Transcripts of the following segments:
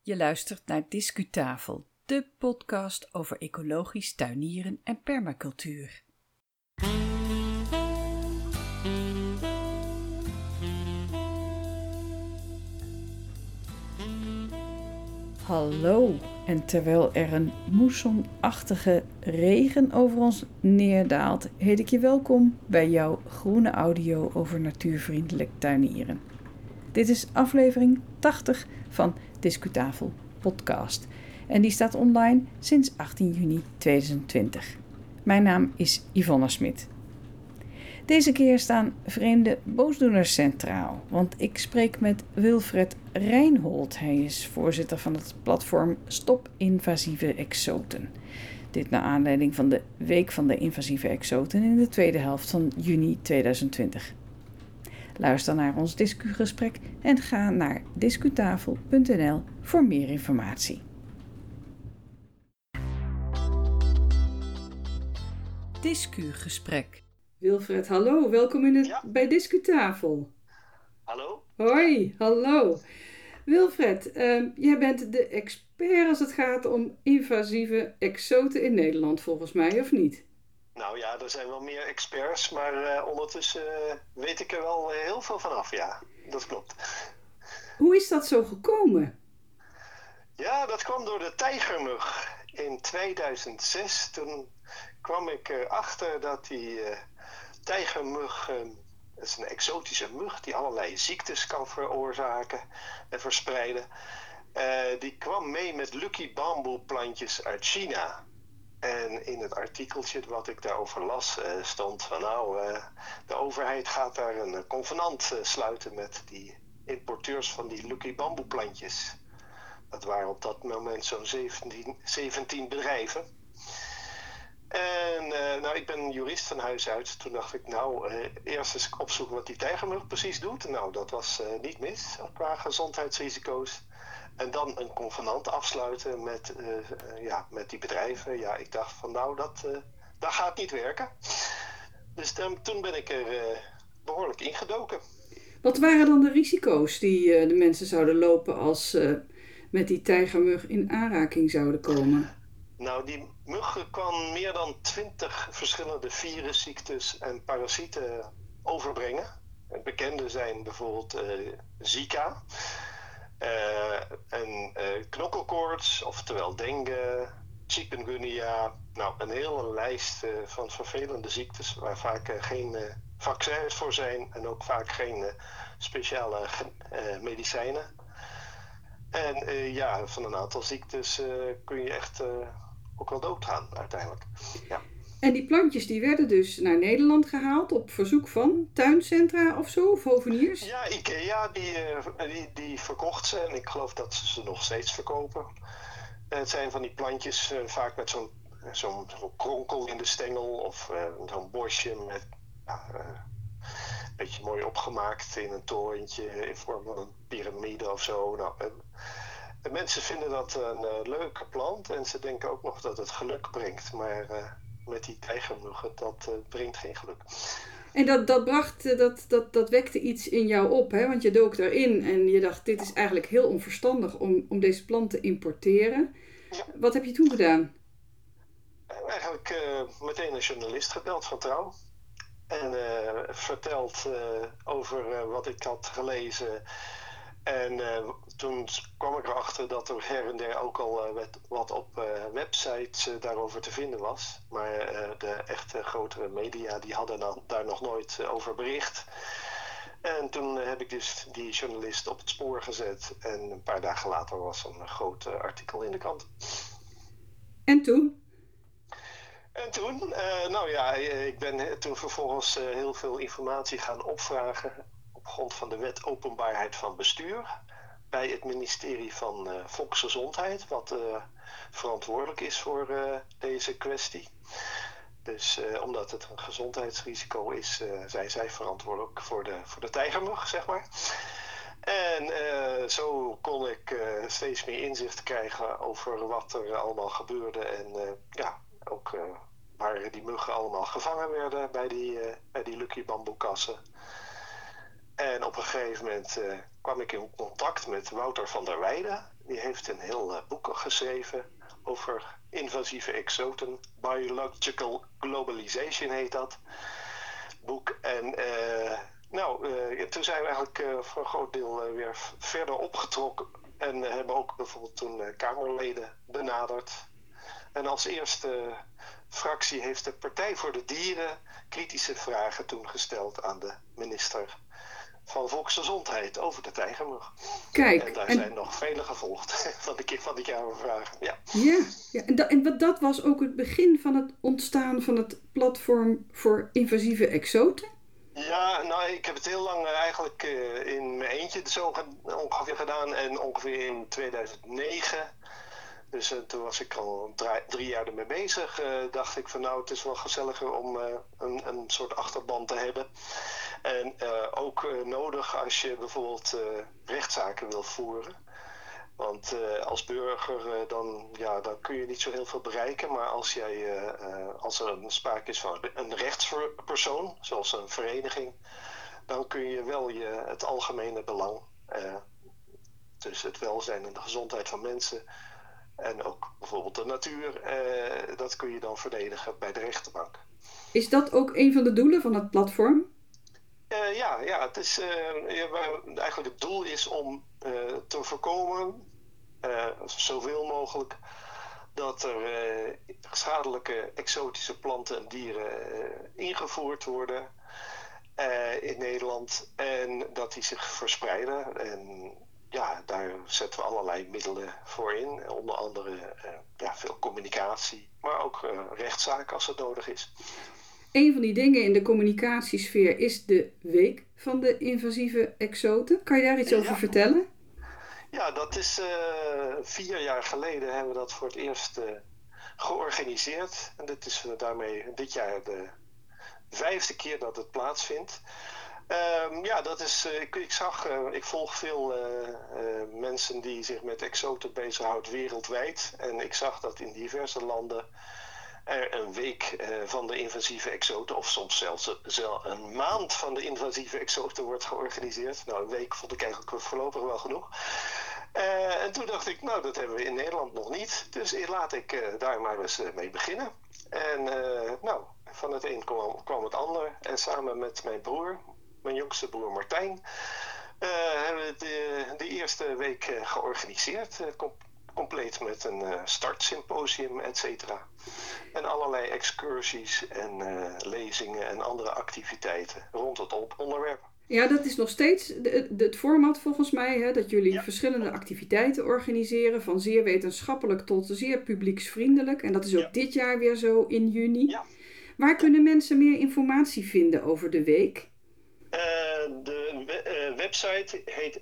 Je luistert naar Discutafel, de podcast over ecologisch tuinieren en permacultuur. Hallo, en terwijl er een moessonachtige regen over ons neerdaalt, heet ik je welkom bij jouw groene audio over natuurvriendelijk tuinieren. Dit is aflevering 80 van Discutafel podcast en die staat online sinds 18 juni 2020. Mijn naam is Yvonne Smit. Deze keer staan vreemde boosdoeners centraal, want ik spreek met Wilfred Reinhold. Hij is voorzitter van het platform Stop Invasieve Exoten. Dit naar aanleiding van de Week van de Invasieve Exoten in de tweede helft van juni 2020. Luister naar ons discugesprek en ga naar discutafel.nl voor meer informatie. Discugesprek. Wilfred, hallo. Welkom bij Discutafel. Hallo. Hoi, hallo. Wilfred, jij bent de expert als het gaat om invasieve exoten in Nederland, volgens mij, of niet? Nou ja, er zijn wel meer experts, maar ondertussen weet ik er wel heel veel vanaf, ja. Dat klopt. Hoe is dat zo gekomen? Ja, dat kwam door de tijgermug. In 2006, toen kwam ik erachter dat die tijgermug, dat is een exotische mug die allerlei ziektes kan veroorzaken en verspreiden. Die kwam mee met Lucky Bamboo plantjes uit China. En in het artikeltje wat ik daarover las stond van de overheid gaat daar een convenant sluiten met die importeurs van die Lucky Bamboo plantjes. Dat waren op dat moment zo'n 17 bedrijven. En ik ben jurist van huis uit. Toen dacht ik eerst eens opzoeken wat die tijgermug precies doet. Nou, dat was niet mis qua gezondheidsrisico's. En dan een convenant afsluiten met die bedrijven. Ja, ik dacht van dat gaat niet werken. Dus toen ben ik er behoorlijk ingedoken. Wat waren dan de risico's die de mensen zouden lopen als ze met die tijgermug in aanraking zouden komen? Nou, die mug kan meer dan 20 verschillende virusziektes en parasieten overbrengen. Bekende zijn bijvoorbeeld Zika. Knokkelkoorts, oftewel dengue, chikungunya. Nou, een hele lijst van vervelende ziektes waar vaak geen vaccins voor zijn en ook vaak geen speciale medicijnen. En van een aantal ziektes kun je echt ook wel doodgaan uiteindelijk. Ja. En die plantjes die werden dus naar Nederland gehaald op verzoek van tuincentra of zo, of hoveniers? Ja, IKEA die verkocht ze en ik geloof dat ze nog steeds verkopen. Het zijn van die plantjes vaak met zo'n kronkel in de stengel of zo'n bosje met een beetje mooi opgemaakt in een torentje in vorm van een piramide of zo. De mensen vinden dat een leuke plant en ze denken ook nog dat het geluk brengt, maar met die tijgermuggen, dat brengt geen geluk. En dat wekte iets in jou op, hè? Want je dook daarin en je dacht, dit is eigenlijk heel onverstandig om deze plant te importeren. Ja. Wat heb je toen gedaan? Eigenlijk meteen een journalist gebeld van Trouw. En verteld over wat ik had gelezen. En toen kwam ik erachter dat er her en der ook al wat op websites daarover te vinden was. Maar de echte grotere media die hadden daar nog nooit over bericht. En toen heb ik dus die journalist op het spoor gezet. En een paar dagen later was een groot artikel in de krant. En toen? En toen, ik ben toen vervolgens heel veel informatie gaan opvragen op grond van de wet openbaarheid van bestuur bij het ministerie van Volksgezondheid, wat verantwoordelijk is voor deze kwestie. Dus omdat het een gezondheidsrisico is, zijn zij verantwoordelijk voor de tijgermug, zeg maar. En zo kon ik steeds meer inzicht krijgen over wat er allemaal gebeurde en ook waar die muggen allemaal gevangen werden bij die Lucky Bamboo kassen. En op een gegeven moment kwam ik in contact met Wouter van der Weijden. die heeft een heel boek geschreven over invasieve exoten. Biological Globalization heet dat boek. En toen zijn we eigenlijk voor een groot deel weer verder opgetrokken. En hebben ook bijvoorbeeld toen Kamerleden benaderd. En als eerste fractie heeft de Partij voor de Dieren kritische vragen toen gesteld aan de minister van Volksgezondheid over de tijgermug. Kijk, en daar zijn nog vele gevolgd van die Kamervragen. Ja. En dat was ook het begin van het ontstaan van het platform voor invasieve exoten? Ja, nou, ik heb het heel lang eigenlijk in mijn eentje zo ongeveer gedaan. En ongeveer in 2009, dus toen was ik al 3 jaar ermee bezig, dacht ik van nou, het is wel gezelliger om een soort achterban te hebben. En ook nodig als je bijvoorbeeld rechtszaken wil voeren. Want als burger dan kun je niet zo heel veel bereiken. Maar als er een sprake is van een rechtspersoon, zoals een vereniging, dan kun je wel het algemene belang, dus het welzijn en de gezondheid van mensen en ook bijvoorbeeld de natuur, dat kun je dan verdedigen bij de rechterbank. Is dat ook een van de doelen van het platform? Het is, eigenlijk het doel is om te voorkomen, zoveel mogelijk, dat er schadelijke exotische planten en dieren ingevoerd worden in Nederland en dat die zich verspreiden. En daar zetten we allerlei middelen voor in, onder andere veel communicatie, maar ook rechtszaken als het nodig is. Een van die dingen in de communicatiesfeer is de Week van de invasieve exoten. Kan je daar iets over vertellen? Ja, dat is 4 jaar geleden hebben we dat voor het eerst georganiseerd. En dit is daarmee dit jaar de 5e keer dat het plaatsvindt. Dat is, ik volg veel mensen die zich met exoten bezighouden wereldwijd. En ik zag dat in diverse landen er een week van de invasieve exoten, of soms zelfs een maand van de invasieve exoten wordt georganiseerd. Nou, een week vond ik eigenlijk voorlopig wel genoeg. En toen dacht ik, nou, dat hebben we in Nederland nog niet. Dus laat ik daar maar eens mee beginnen. En van het een kwam het ander. En samen met mijn broer, mijn jongste broer Martijn, hebben we de eerste week georganiseerd. Compleet met een startsymposium, et cetera. En allerlei excursies en lezingen en andere activiteiten rond het onderwerp. Ja, dat is nog steeds het format volgens mij, hè, dat jullie verschillende activiteiten organiseren, van zeer wetenschappelijk tot zeer publieksvriendelijk. En dat is ook dit jaar weer zo in juni. Ja. Waar kunnen mensen meer informatie vinden over de week? De website heet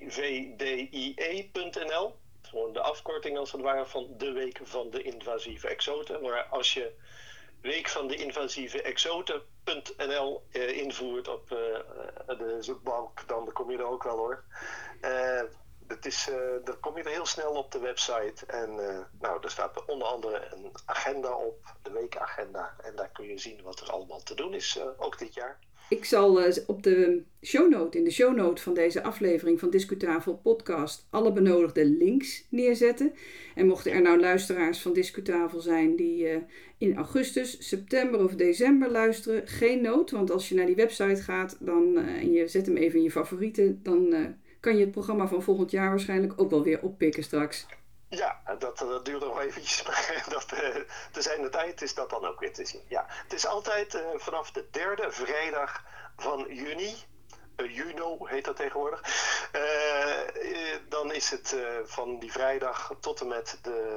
wvdie.nl. Gewoon de afkorting als het ware van de Week van de Invasieve Exoten. Maar als je Week van de Invasieve Exoten.nl invoert op de zoekbalk, dan kom je er ook wel hoor. Dan kom je er heel snel op de website. En er staat onder andere een agenda op, de weekagenda. En daar kun je zien wat er allemaal te doen is, ook dit jaar. Ik zal in de show note van deze aflevering van Discutafel podcast alle benodigde links neerzetten. En mochten er nou luisteraars van Discutafel zijn die in augustus, september of december luisteren, geen nood. Want als je naar die website gaat en je zet hem even in je favorieten, dan kan je het programma van volgend jaar waarschijnlijk ook wel weer oppikken straks. Ja, dat duurt nog eventjes, maar te zijn de tijd is dat dan ook weer te zien. Ja, het is altijd vanaf de 3e vrijdag van juni, Juno heet dat tegenwoordig. Dan is het van die vrijdag tot en met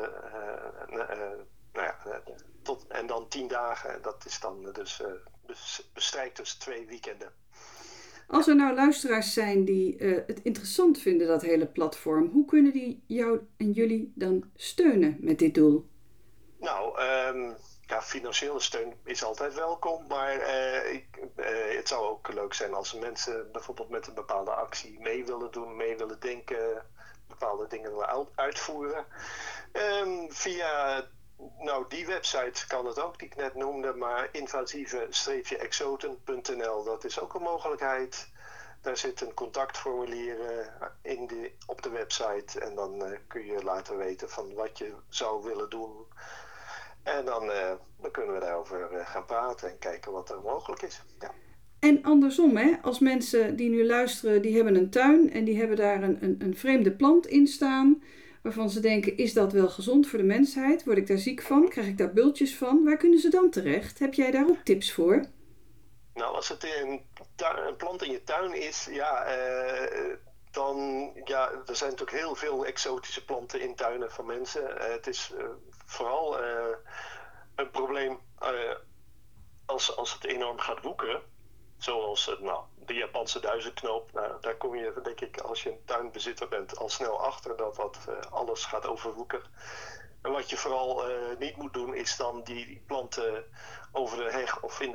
en dan 10 dagen. Dat is dan dus bestrijkt tussen 2 weekenden. Als er nou luisteraars zijn die het interessant vinden, dat hele platform, hoe kunnen die jou en jullie dan steunen met dit doel? Nou, financiële steun is altijd welkom, maar het zou ook leuk zijn als mensen bijvoorbeeld met een bepaalde actie mee willen doen, mee willen denken, bepaalde dingen willen uitvoeren. Via die website kan het ook, die ik net noemde, maar invasieve-exoten.nl, dat is ook een mogelijkheid. Daar zit een contactformulier op de website en dan kun je laten weten van wat je zou willen doen. En dan kunnen we daarover gaan praten en kijken wat er mogelijk is. Ja. En andersom, hè, als mensen die nu luisteren, die hebben een tuin en die hebben daar een vreemde plant in staan, waarvan ze denken, is dat wel gezond voor de mensheid? Word ik daar ziek van? Krijg ik daar bultjes van? Waar kunnen ze dan terecht? Heb jij daar ook tips voor? Nou, als het een plant in je tuin is, dan, er zijn natuurlijk heel veel exotische planten in tuinen van mensen. Het is vooral een probleem als het enorm gaat woekeren. Zoals de Japanse duizendknoop. Nou, daar kom je, denk ik, als je een tuinbezitter bent, al snel achter dat alles gaat overwoekeren. En wat je vooral niet moet doen, is dan die planten over de heg of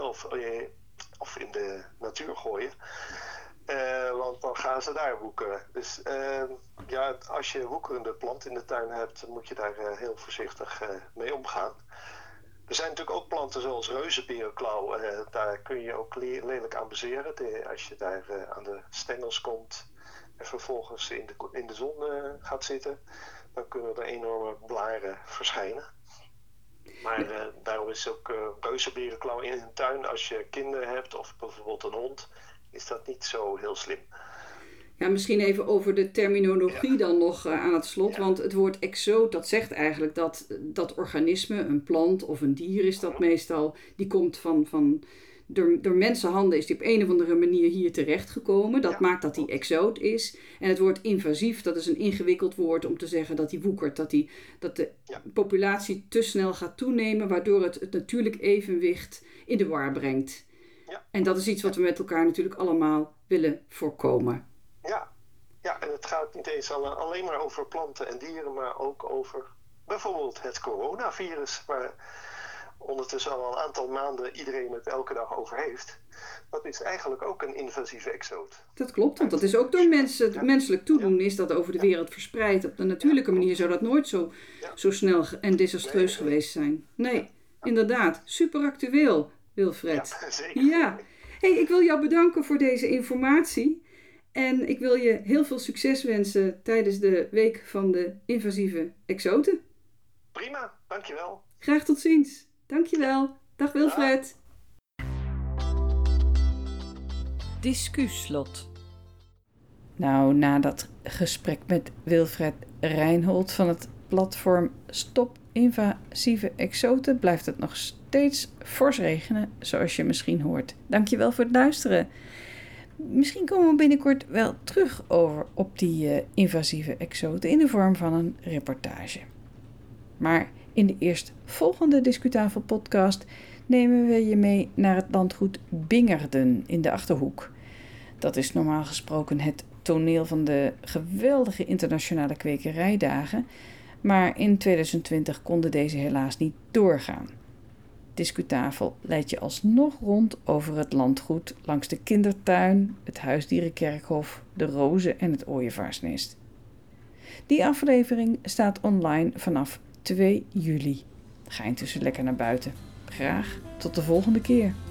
in de natuur gooien. Want dan gaan ze daar woekeren. Dus als je woekerende plant in de tuin hebt, moet je daar heel voorzichtig mee omgaan. Er zijn natuurlijk ook planten zoals reuzenberenklauw. Daar kun je ook lelijk aan bezeren. Als je daar aan de stengels komt en vervolgens in de zon gaat zitten, dan kunnen er enorme blaren verschijnen. Maar daarom is ook reuzenberenklauw in een tuin, als je kinderen hebt of bijvoorbeeld een hond, is dat niet zo heel slim. Ja, misschien even over de terminologie dan nog aan het slot. Ja. Want het woord exoot, dat zegt eigenlijk dat organisme, een plant of een dier is dat meestal, die komt door mensenhanden is die op een of andere manier hier terechtgekomen. Dat maakt dat die exoot is. En het woord invasief, dat is een ingewikkeld woord om te zeggen dat die woekert. Dat de populatie te snel gaat toenemen, waardoor het natuurlijk evenwicht in de war brengt. Ja. En dat is iets wat we met elkaar natuurlijk allemaal willen voorkomen. Ja, en het gaat niet eens alleen maar over planten en dieren, maar ook over bijvoorbeeld het coronavirus, waar ondertussen al een aantal maanden iedereen het elke dag over heeft. Dat is eigenlijk ook een invasieve exoot. Dat klopt, want dat is ook door menselijk toedoen is dat over de wereld verspreid. Op de natuurlijke manier zou dat nooit zo snel en desastreus geweest zijn. Nee, inderdaad. Super actueel, Wilfred. Ja, zeker. Ja. Hey, ik wil jou bedanken voor deze informatie. En ik wil je heel veel succes wensen tijdens de week van de invasieve exoten. Prima, dankjewel. Graag tot ziens. Dankjewel. Dag Wilfred. Discuslot. Nou, na dat gesprek met Wilfred Reinhold van het platform Stop Invasieve Exoten blijft het nog steeds fors regenen, zoals je misschien hoort. Dankjewel voor het luisteren. Misschien komen we binnenkort wel terug op die invasieve exoten in de vorm van een reportage. Maar in de eerstvolgende Discutafel podcast nemen we je mee naar het landgoed Bingerden in de Achterhoek. Dat is normaal gesproken het toneel van de geweldige internationale kwekerijdagen, maar in 2020 konden deze helaas niet doorgaan. Discutafel leidt je alsnog rond over het landgoed langs de kindertuin, het huisdierenkerkhof, de rozen en het ooievaarsnest. Die aflevering staat online vanaf 2 juli. Ga intussen lekker naar buiten. Graag tot de volgende keer.